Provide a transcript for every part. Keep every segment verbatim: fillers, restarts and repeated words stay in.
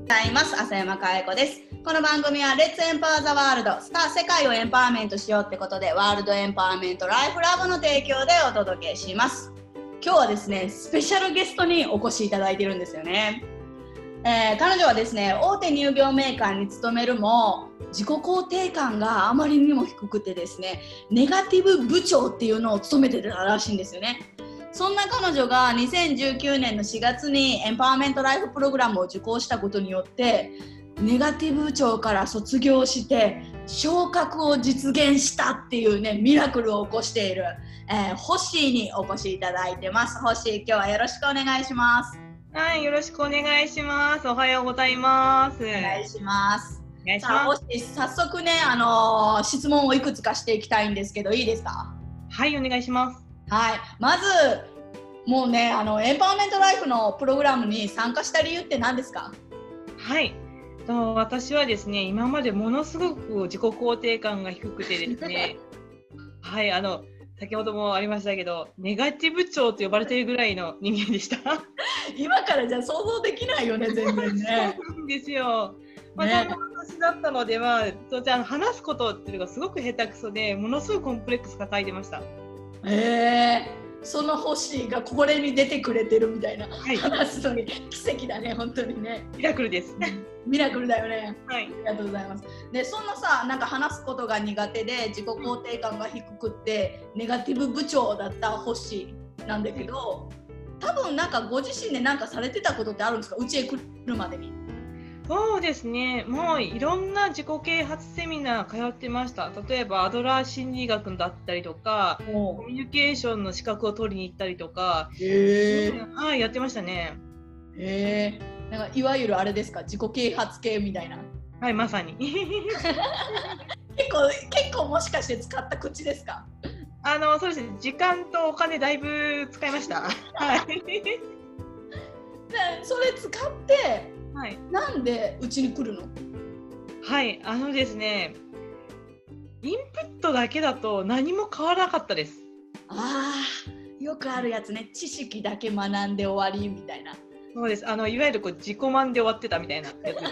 ございます。浅山かえ子です。この番組はレッツエンパワーザワールド、さあ世界をエンパワーメントしようってことで、ワールドエンパワーメントライフラボの提供でお届けします。今日はですね、スペシャルゲストにお越しいただいているんですよね。えー、彼女はですね、大手乳業メーカーに勤めるも自己肯定感があまりにも低くてですね、ネガティブ部長っていうのを務めてたらしいんですよね。そんな彼女がにせんじゅうきゅうねんのしがつにエンパワーメントライフプログラムを受講したことによってネガティブ部長から卒業して昇格を実現したっていうね、ミラクルを起こしている、えー、ホッシーにお越しいただいてます。ホッシー、今日はよろしくお願いします。 はい、よろしくお願いします。おはようございます。 お願いします。 お願いします。 さあ、ホッシー、早速ね、あのー、質問をいくつかしていきたいんですけど、いいですか？ はい、お願いします。 はい、まずもうね、あのエンパワーメントライフのプログラムに参加した理由って何ですか？ はい、と私はですね、今までものすごく自己肯定感が低くてですねはい、あの先ほどもありましたけど、ネガティブ長と呼ばれているぐらいの人間でした今からじゃ想像できないよね、全然ねそうなんですよ。まあ、 ね、 そんな私だったのでは、当然話すことっていうのがすごく下手くそで、ものすごいコンプレックス抱えてました。 えー、そのホッシーがこれに出てくれてるみたいな、 はい、 話すのに奇跡だね、本当にね。 ミラクルですミラクルだよね。 はい、 ありがとうございます。で、そんなさ、なんか話すことが苦手で自己肯定感が低くってネガティブ部長だったホッシーなんだけど、多分なんかご自身で何かされてたことってあるんですか？うちへ来るまでに。 そうですね、もういろんな自己啓発セミナー通ってました。例えばアドラー心理学だったりとか、コミュニケーションの資格を取りに行ったりとか、 へー、 はい、やってましたね。 へー、なんかいわゆるあれですか、自己啓発系みたいな。 はい、まさに結構結構もしかして使った口ですか？ あのそうですね、時間とお金だいぶ使いましたはいでそれ使ってはい、 なんでうちに来るの？ はい、あのですね、インプットだけだと何も変わらなかったです。 あー、よくあるやつね、知識だけ学んで終わりみたいな。 そうです、あのいわゆるこう自己満で終わってたみたいなやつですね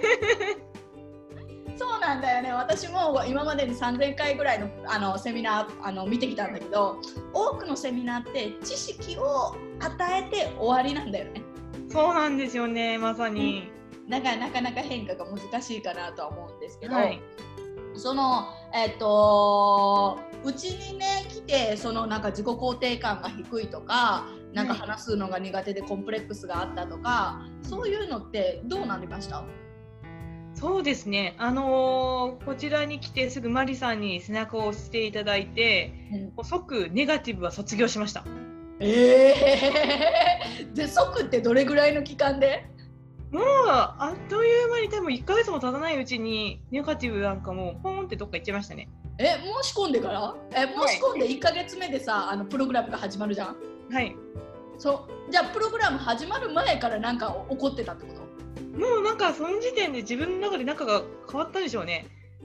そうなんだよね。私も今までにさんぜんかいぐらいの、あのセミナーあの見てきたんだけど、多くのセミナーって知識を与えて終わりなんだよね。 そうなんですよね、まさに。 だからなかなか変化が難しいかなとは思うんですけど、 はい、 そのえっとうちにね来て、そのなんか自己肯定感が低いとか、なんか話すのが苦手でコンプレックスがあったとか、そういうのってどうなりました？ そうですね、あのー、こちらに来てすぐマリさんに背中を押していただいて、うん、即ネガティブは卒業しました。 えー、で即ってどれぐらいの期間で？ もうあっという間に、多分いっかげつも経たないうちにネガティブなんかもうポーンってどっか行っちゃいましたね。 え、申し込んでから？え、申し込んでいっかげつめでさ、はい、あのプログラムが始まるじゃん。 はい。 そうじゃあプログラム始まる前からなんか起こってたってこと？ もうなんかその時点で自分の中で仲が変わったんでしょうね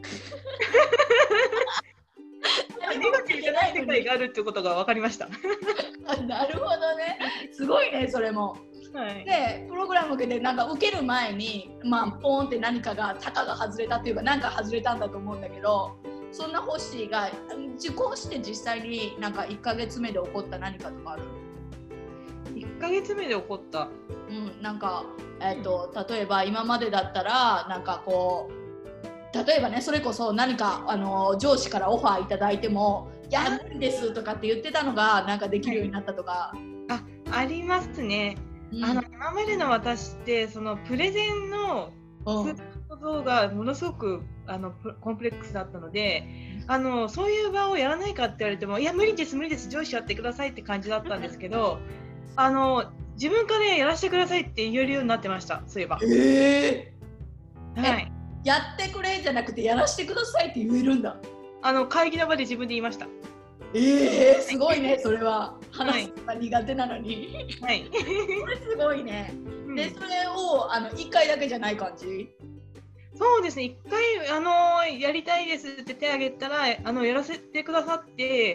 ネガティブじゃない世界があるってことが分かりましたなるほどね、すごいね、それも。はい、でプログラムでなんか受ける前に、まあ、ポーンって何かがtakaが外れたっていうか、なんか外れたんだと思うんだけど、そんなホッシーが受講して実際になんかいっかげつめで起こった何かとかある？ いっかげつめで起こった、 うん、なんか、えーと、例えば今までだったらなんかこう、例えばね、それこそ何かあの上司からオファーいただいても「いや無理です」とかって言ってたのがなんかできるようになったとか。 はい、あ、ありますね。うん、あの今までの私ってそのプレゼンのことがものすごくあのコンプレックスだったので、あのそういう場をやらないかって言われても「いや無理です無理です、上司やってください」って感じだったんですけどあの自分からやらせてくださいって言えるようになってました。そういえば、 えーはい、 やってくれじゃなくてやらせてくださいって言えるんだ。あの会議の場で自分で言いました。 えー、すごいね、それは。話すのが苦手なのに。 はい。 これすごいね。で、それをあのいっかいだけじゃない感じ？ そうですね、いっかいあのやりたいですって手を挙げたらあのやらせてくださって、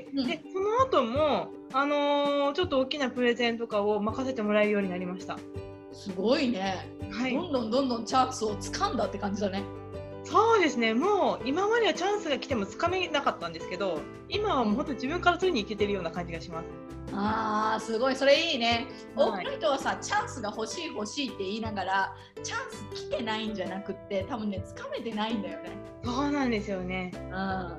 うん、でその後もあのちょっと大きなプレゼンとかを任せてもらえるようになりました。 すごいね、 はい、 どんどんどんどんチャンスを掴んだって感じだね。 そうですね、もう今まではチャンスが来てもつかめなかったんですけど、今はもう本当自分から取りに行けてるような感じがします。 あー、すごい、それいいね。多はい、 くの人はさ、チャンスが欲しい欲しいって言いながらチャンス来てないんじゃなくって多分ね掴めてないんだよね。 そうなんですよね。 うん、 はい、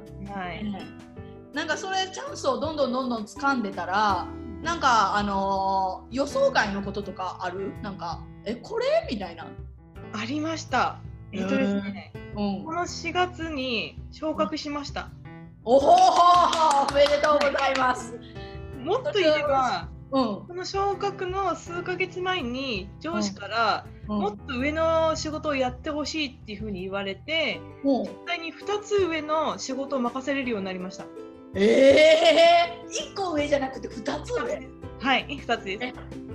ね、なんかそれチャンスをどんどんどんどん掴んでたらなんかあのー予想外のこととかある？なんかえこれみたいな。 ありました。えっとですね、 うん、 このしがつに昇格しました。 おほー、おめでとうございます。 もっと言えば、 うん、 この昇格の数ヶ月前に上司から、 うんうん、 もっと上の仕事をやってほしいっていうふうに言われて、 うん、 実際にふたつ上の仕事を任せれるようになりました。 えー、いっこ上じゃなくてふたつ上？ はい、ふたつです。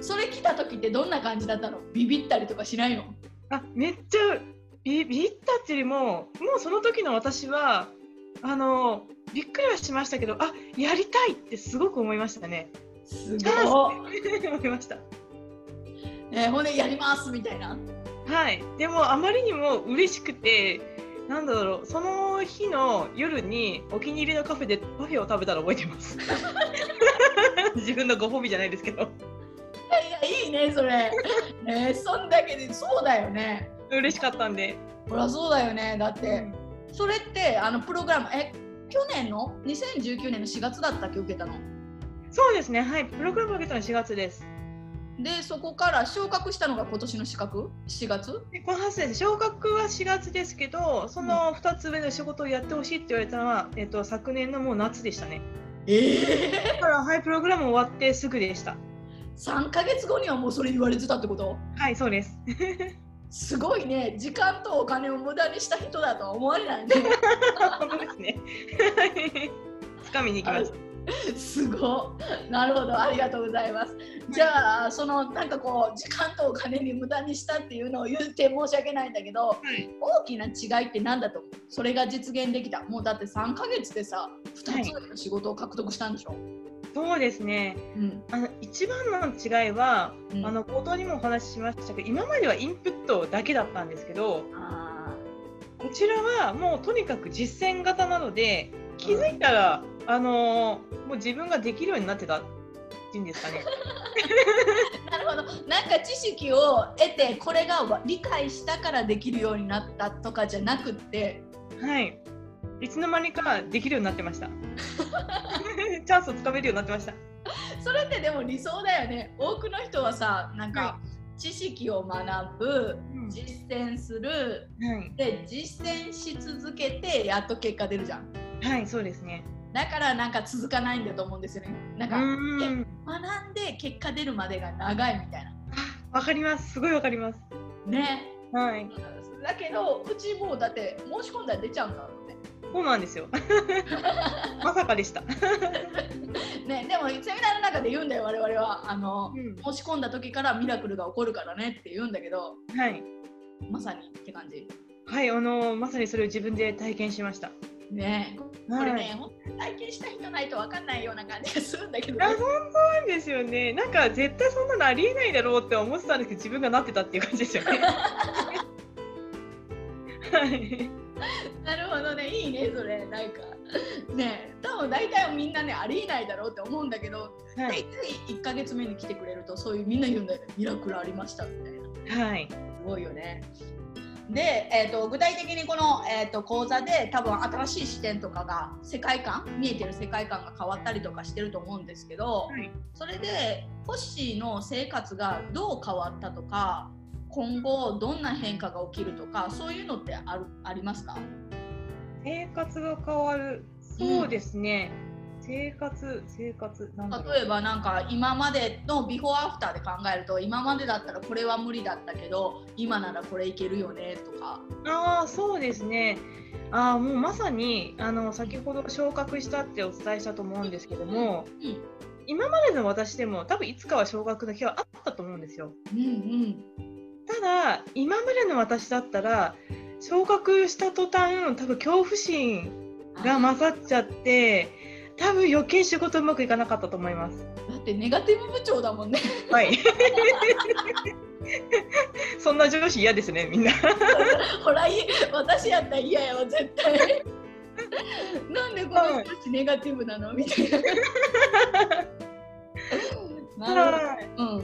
それ来た時ってどんな感じだったの？ビビったりとかしないの？ あ、めっちゃビビったっていうよりも、もうその時の私はあのびっくりはしましたけど、あ、やりたいってすごく思いましたね。 すごい思いました。 えー、ほんでやりますみたいな。 はい、でもあまりにも嬉しくて、なんだろう、その日の夜にお気に入りのカフェでパフェを食べたら覚えてます。自分のご褒美じゃないですけど。 いやいやいいねそれ。えー、そんだけでそうだよね。 嬉しかったんで。 ほらそうだよね。だって、 うん、 それってあのプログラムえ去年のにせんじゅうきゅうねんのしがつだったっけ受けたの？ そうですね、はい、プログラムを受けたのしがつです。 でそこから昇格したのが今年の資格しがつ？ でこの発生で昇格はしがつですけど、そのふたつ上の仕事をやってほしいって言われたのは、えっと、昨年のもう夏でしたね。 ええだから、はい、プログラム終わってすぐでした。 さんかげつごにはもうそれ言われてたってこと？ はいそうです。 すごいね。時間とお金を無駄にした人だとは思われないね。 本当ですね。掴みに行きました。 すごい。なるほど、ありがとうございます。じゃあそのなんかこう時間とお金に無駄にしたっていうのを言って申し訳ないんだけど、はい、大きな違いって何だと思う？それが実現できた。もうだってさんかげつでさふたつの仕事を獲得したんでしょ？はい、 そうですね、うん、あの一番の違いは、うん、あの冒頭にもお話ししましたけど、今まではインプットだけだったんですけど、あこちらはもうとにかく実践型なので、気づいたら、うん、あのもう自分ができるようになってたっていうんですかね。 なるほど。なんか知識を得てこれが理解したからできるようになったとかじゃなくって、 はい、いつの間にかできるようになってました。チャンスをつかめるようになってました。 それってでも理想だよね。多くの人はさ、なんか、はい、知識を学ぶ、うん、実践する、はい、で実践し続けてやっと結果出るじゃん。 はい、そうですね。 だからなんか続かないんだと思うんですよね。なんかうん学んで結果出るまでが長いみたいな。 わかります。すごいわかります。 ね。 はい。 だけどうちもうだって申し込んだら出ちゃうんだろうね。 そうなんですよ。まさかでした。 ね、でもセミナーの中で言うんだよ我々はあの、うん、申し込んだ時からミラクルが起こるからねって言うんだけど、はい、まさにって感じ。 はい、あのまさにそれを自分で体験しました。 ね、これね、はい、体験した人ないと分かんないような感じがするんだけど、ね、 あ、本当なんですよね。なんか絶対そんなのありえないだろうって思ってたんですけど、自分がなってたっていう感じですよね。はい。 なるほどね、いいねそれ。なんかね、多分大体みんなねありえないだろうって思うんだけど、はい、大体いっかげつめに来てくれるとそういうみんな言うんだよね、ミラクルありましたみたいな。はい、すごいよね。で、えー、と具体的にこの、えー、と講座で多分新しい視点とかが世界観見えてる世界観が変わったりとかしてると思うんですけど、はい、それでホッシーの生活がどう変わったとか今後どんな変化が起きるとかそういうのってある、ありますか？ 生活が変わる、そうですね、うん、生活生活なんだろう。 例えばなんか今までのビフォーアフターで考えると今までだったらこれは無理だったけど今ならこれいけるよねとか。 ああ、そうですね。ああ、もうまさにあの先ほど昇格したってお伝えしたと思うんですけども、うんうん、今までの私でも多分いつかは昇格の日はあったと思うんですよ。うんうん、ただ今までの私だったら昇格した途端多分恐怖心が混ざっちゃって多分余計仕事うまくいかなかったと思います。 だってネガティブ部長だもんね。 はい。 そんな上司嫌ですね、みんな。 ほら、私やったら嫌やわ、絶対。なんでこの人たちネガティブなのみたいな。なるほど。うん。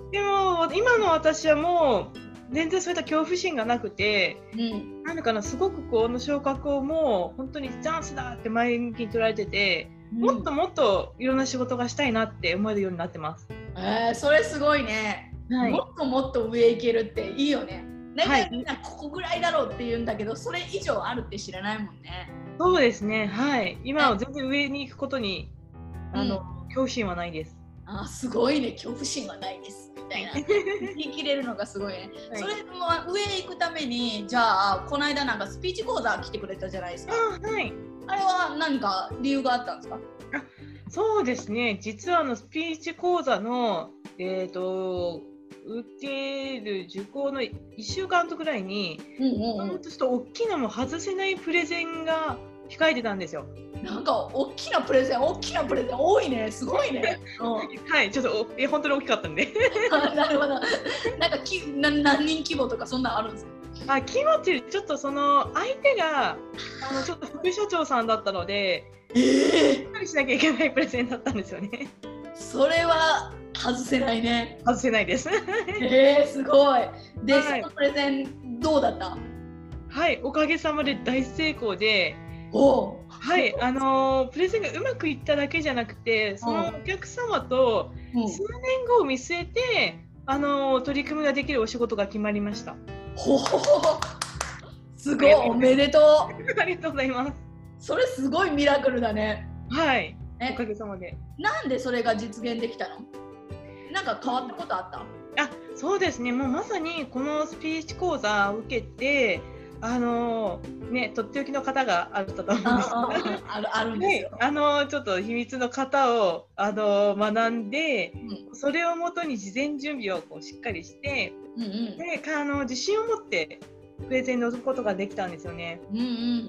でも今の私はもう全然そういった恐怖心がなくて、うん、なんかな、すごくこの昇格をもう本当にチャンスだって前向きに捉えてて、うん、もっともっといろんな仕事がしたいなって思えるようになってます。 えー、それすごいね、はい、もっともっと上行けるっていいよね。なんかみんなここぐらいだろうって言うんだけど、それ以上あるって知らないもんね。 そうですね、はい。今は全然上に行くことに、あの、うん、恐怖心はないです。 あ、すごいね、恐怖心はないですみたいな言い切れるのがすごいね、はい、それも上へ行くために、じゃあこの間なんかスピーチ講座来てくれたじゃないですか。 あ、はい、 あれは何か理由があったんですか？ あ、そうですね、実はあのスピーチ講座の、えーと、受ける受講のいっしゅうかんごぐらいに、うんうんうん、ちょっと大きなも外せないプレゼンが控えてたんですよ。 なんか大きなプレゼン、大きなプレゼン多いね、すごいね。 うん、はい、ちょっとえ本当に大きかったんで。 なるほど。なんかきな何人規模とかそんなのあるんですか？ あ、規模っていうちょっとその相手があのちょっと副社長さんだったので、えー、しっかりしなきゃいけないプレゼンだったんですよね。 それは外せないね。 外せないです。 えー、すごい。で、はい、そのプレゼンどうだった？ はい、おかげさまで大成功で。 おはい、あのー、プレゼンがうまくいっただけじゃなくて、そのお客様と数年後を見据えて、あのー、取り組みができるお仕事が決まりました。 ほほほ、すごい、おめでとう。 ありがとうございます。 それすごいミラクルだね。 はい、おかげさまで。 なんでそれが実現できたの？なんか変わったことあった？ あ、そうですね、もうまさにこのスピーチ講座を受けて、あのー、ね、とっておきの方があったと思うんですけど、 あるあるんですよ。 はい、あのー、ちょっと秘密の方を、あのー、学んで、うん、それをもとに事前準備をこうしっかりして、うんうん、であの自信を持ってプレゼンに臨むことができたんですよね。 うんうん、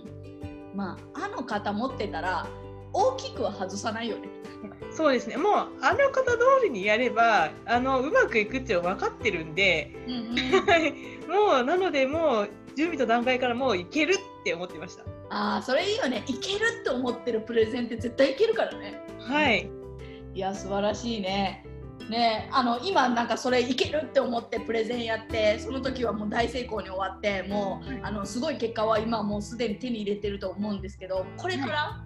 まあ、あの方持ってたら大きくは外さないよね。 そうですね、もうあの方通りにやればあのうまくいくって分かってるんで、うんうん、もうなのでもう準備と段階からもういけるって思ってました。 あー、それいいよね。いけるって思ってるプレゼンって絶対いけるからね。 はい。 いや、素晴らしいね。ね、あの今なんかそれいけるって思ってプレゼンやって、その時はもう大成功に終わって、もうあのすごい結果は今もうすでに手に入れてると思うんですけど、これから、はい、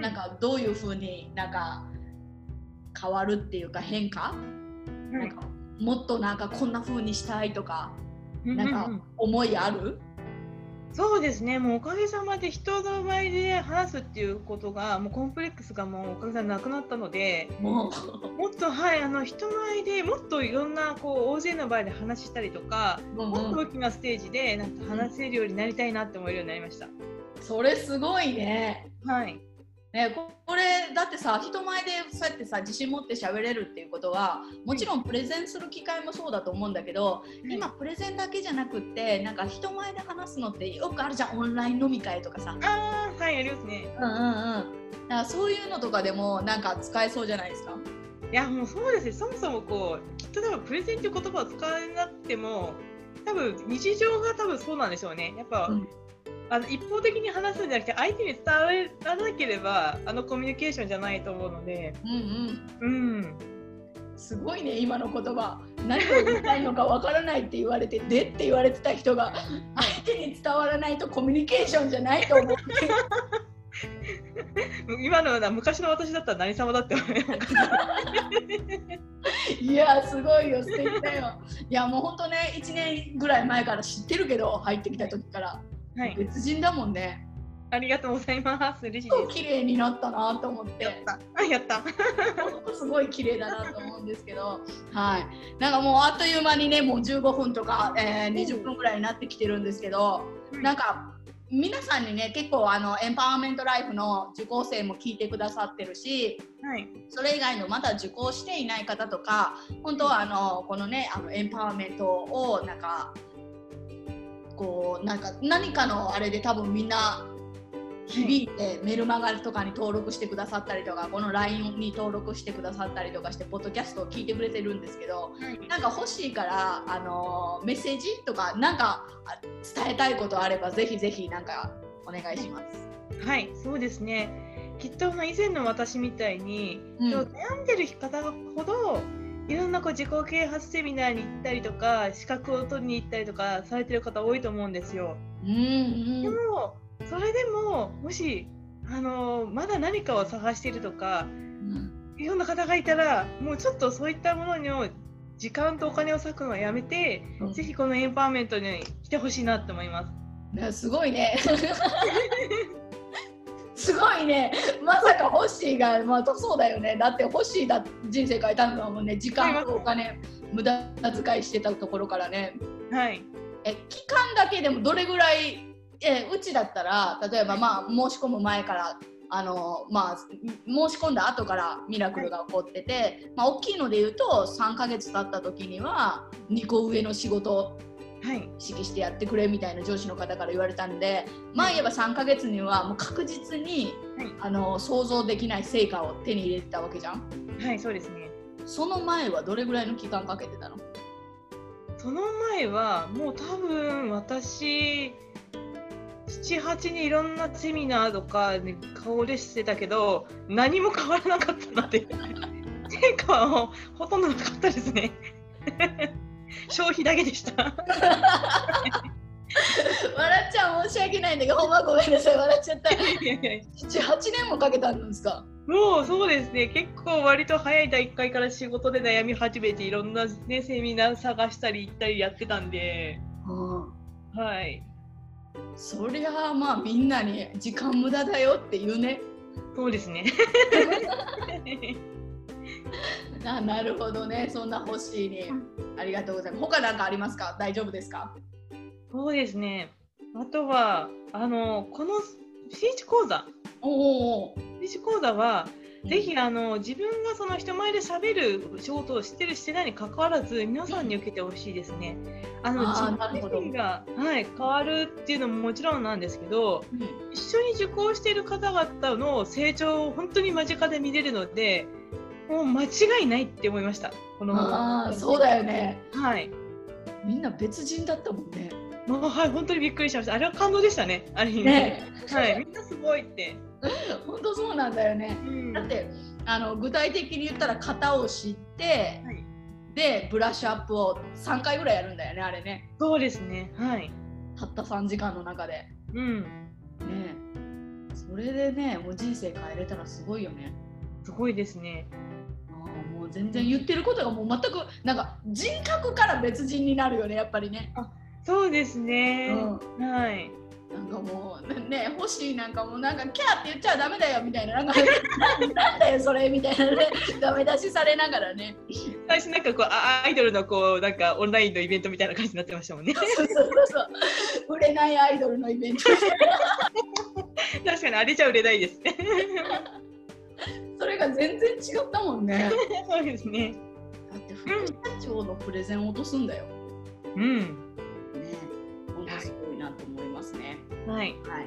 なんかどういう風になんか変わるっていうか変化、うん、なんかもっとなんかこんな風にしたいとか、うんうんうん、なんか思いある？ そうですね、もうおかげさまで人の前で話すっていうことがもうコンプレックスがもうおかげさまでなくなったので、もうもっと、はい、あの人前でもっといろんなこう大勢の場合で話したりとか、うんうん、もっと大きなステージでなんか話せるようになりたいなって思えるようになりました。 それすごいね。 はいね、これだってさ、人前でそうやってさ自信持って喋れるっていうことはもちろんプレゼンする機会もそうだと思うんだけど、うん、今プレゼンだけじゃなくってなんか人前で話すのってよくあるじゃん、オンライン飲み会とかさ。 あー、はい、ありますね。 うんうんうん。だからそういうのとかでもなんか使えそうじゃないですか。 いや、もうそうですね、そもそもこうきっと多分プレゼンっていう言葉を使わなくても多分日常が多分そうなんでしょうね。やっぱ、うん、あの一方的に話すんじゃなくて相手に伝わらなければあのコミュニケーションじゃないと思うので、うんうんうん、 すごいね。今の言葉何を言いたいのかわからないって言われてでって言われてた人が相手に伝わらないとコミュニケーションじゃないと思って今のような昔の私だったら何様だって思いますいや、すごいよ、素敵だよ。いや、もうほんとね、いちねんぐらい前から知ってるけど、入ってきた時から、はい、別人だもんね。 ありがとうございます。嬉しいです。 綺麗になったなと思って。 やった。あ、やった。 すごい綺麗だなと思うんですけど、はい。なんかもうあっという間にね、もうじゅうごふんとか、えー、にじゅっぷんぐらいになってきてるんですけど、うん、なんか皆さんにね、結構あのエンパワーメントライフの受講生も聞いてくださってるし、はい、それ以外のまだ受講していない方とか、本当はあのこのね、あのエンパワーメントをなんかこうなんか何かのあれで多分みんな響いてメルマガとかに登録してくださったりとか、この ライン に登録してくださったりとかしてポッドキャストを聞いてくれてるんですけど、はい、なんか欲しいから、あのー、メッセージとかなんか伝えたいことあればぜひぜひなんかお願いします。 はい、そうですね。きっと以前の私みたいに、うん、悩んでる方ほどいろんなこう自己啓発セミナーに行ったりとか資格を取りに行ったりとかされてる方多いと思うんですよ。 うんうん、 でもそれでももしあのまだ何かを探しているとか、うん、いろんな方がいたらもうちょっとそういったものに時間とお金を割くのはやめて、うん、ぜひこのエンパワーメントに来てほしいなと思います。 ね、すごいねすごいね。まさかホッシーが、まあ、そうだよね。だってホッシーだ人生変えたのはもんね、時間とお金無駄遣いしてたところからね。 はい。 え、期間だけでもどれぐらい、え、うちだったら例えばまあ申し込む前からあのまあ申し込んだ後からミラクルが起こってて、はい、まあ大きいので言うとさんかげつ経った時にはにこ上の仕事はい、 意識してやってくれみたいな上司の方から言われたんで、まあ言えばさんかげつにはもう確実に、はい、あの想像できない成果を手に入れてたわけじゃん。 はい、そうですね。 その前はどれぐらいの期間かけてたの？ その前はもう多分私ななはちにいろんなセミナーとかに顔でしてたけど何も変わらなかったので成果はもうほとんどなかったですね消費だけでした笑っちゃ申し訳ないんだけど、ほんまごめんなさい、笑っちゃったななはちねんもかけたんですか？ もうそうですね、結構割と早いだいいっかいから仕事で悩み始めていろんな、ね、セミナー探したり行ったりやってたんで、うん、はい。 そりゃあまあみんなに時間無駄だよって言うね。 そうですねな, なるほどね。そんな欲しいにありがとうございます。他何かありますか？大丈夫ですか？ そうですね、あとはあのこのスピーチ講座おスピーチ講座は、うん、ぜひあの自分がその人前で喋る仕事をしてるしてないに関わらず皆さんに受けてほしいですね。あの自分自身が、はい、変わるっていうのももちろんなんですけど、うん、一緒に受講している方々の成長を本当に間近で見れるのでもう間違いないって思いました。このあそうだよね。 はい。 みんな別人だったもんね。 まあ、はい、本当にびっくりしました。あれは感動でしたね。あれにね。はい、みんなすごいって。 本当そうなんだよね。うん、だってあの具体的に言ったら型を知って、はい、でブラッシュアップをさんかいぐらいやるんだよね、あれね。 そうですね。はい。 たったさんじかんの中で。 うん。 ね。それでね、もう人生変えれたらすごいよね。 すごいですね。 もう全然言ってることがもう全くなんか人格から別人になるよね、やっぱりね。 あ、そうですね、うん、はい。 なんかもうね、欲しいなんかもうなんかキャーって言っちゃダメだよみたいな、なんかなんだよそれみたいなね、ダメ出しされながらね。 最初なんかこうアイドルのこうなんかオンラインのイベントみたいな感じになってましたもんね。 そうそうそうそう、売れないアイドルのイベント。 確かにあれじゃ売れないですね。 それが全然違ったもんね。 そうですね。 だって副社長のプレゼンを落とすんだよ。 うん。 ね、本当すごいなと思いますね。 はい。 はい。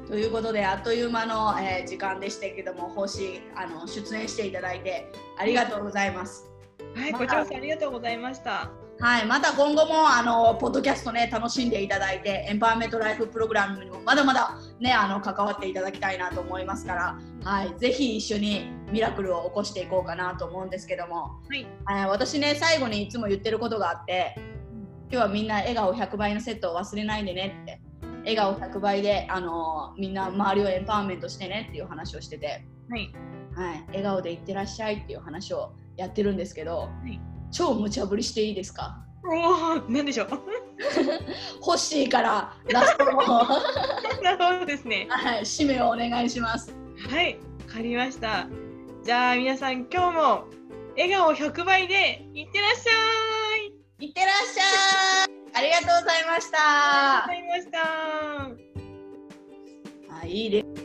ということであっという間の、えー、時間でしたけども、星あの出演していただいてありがとうございます。 はい、こちらこそありがとうございました。 はい、また今後もあのポッドキャストね楽しんでいただいて、エンパワーメントライフプログラムにもまだまだねあの関わっていただきたいなと思いますから、はい、ぜひ一緒にミラクルを起こしていこうかなと思うんですけども、 はい、 えー、私ね最後にいつも言ってることがあって、今日はみんな笑顔ひゃくばいのセットを忘れないでねって、笑顔ひゃくばいであのみんな周りをエンパワーメントしてねっていう話をしてて、 はいはい、笑顔でいってらっしゃいっていう話をやってるんですけど、 はい、 超無茶ぶりしていいですか？ おー、なんでしょう。 欲しいからラストのなるほどですね。 はい、締めをお願いします。 はい、わかりました。じゃあ皆さん今日も笑顔ひゃくばいでいってらっしゃい。 いってらっしゃい。ありがとうございました。 ありがとうございました。 あ、いいです。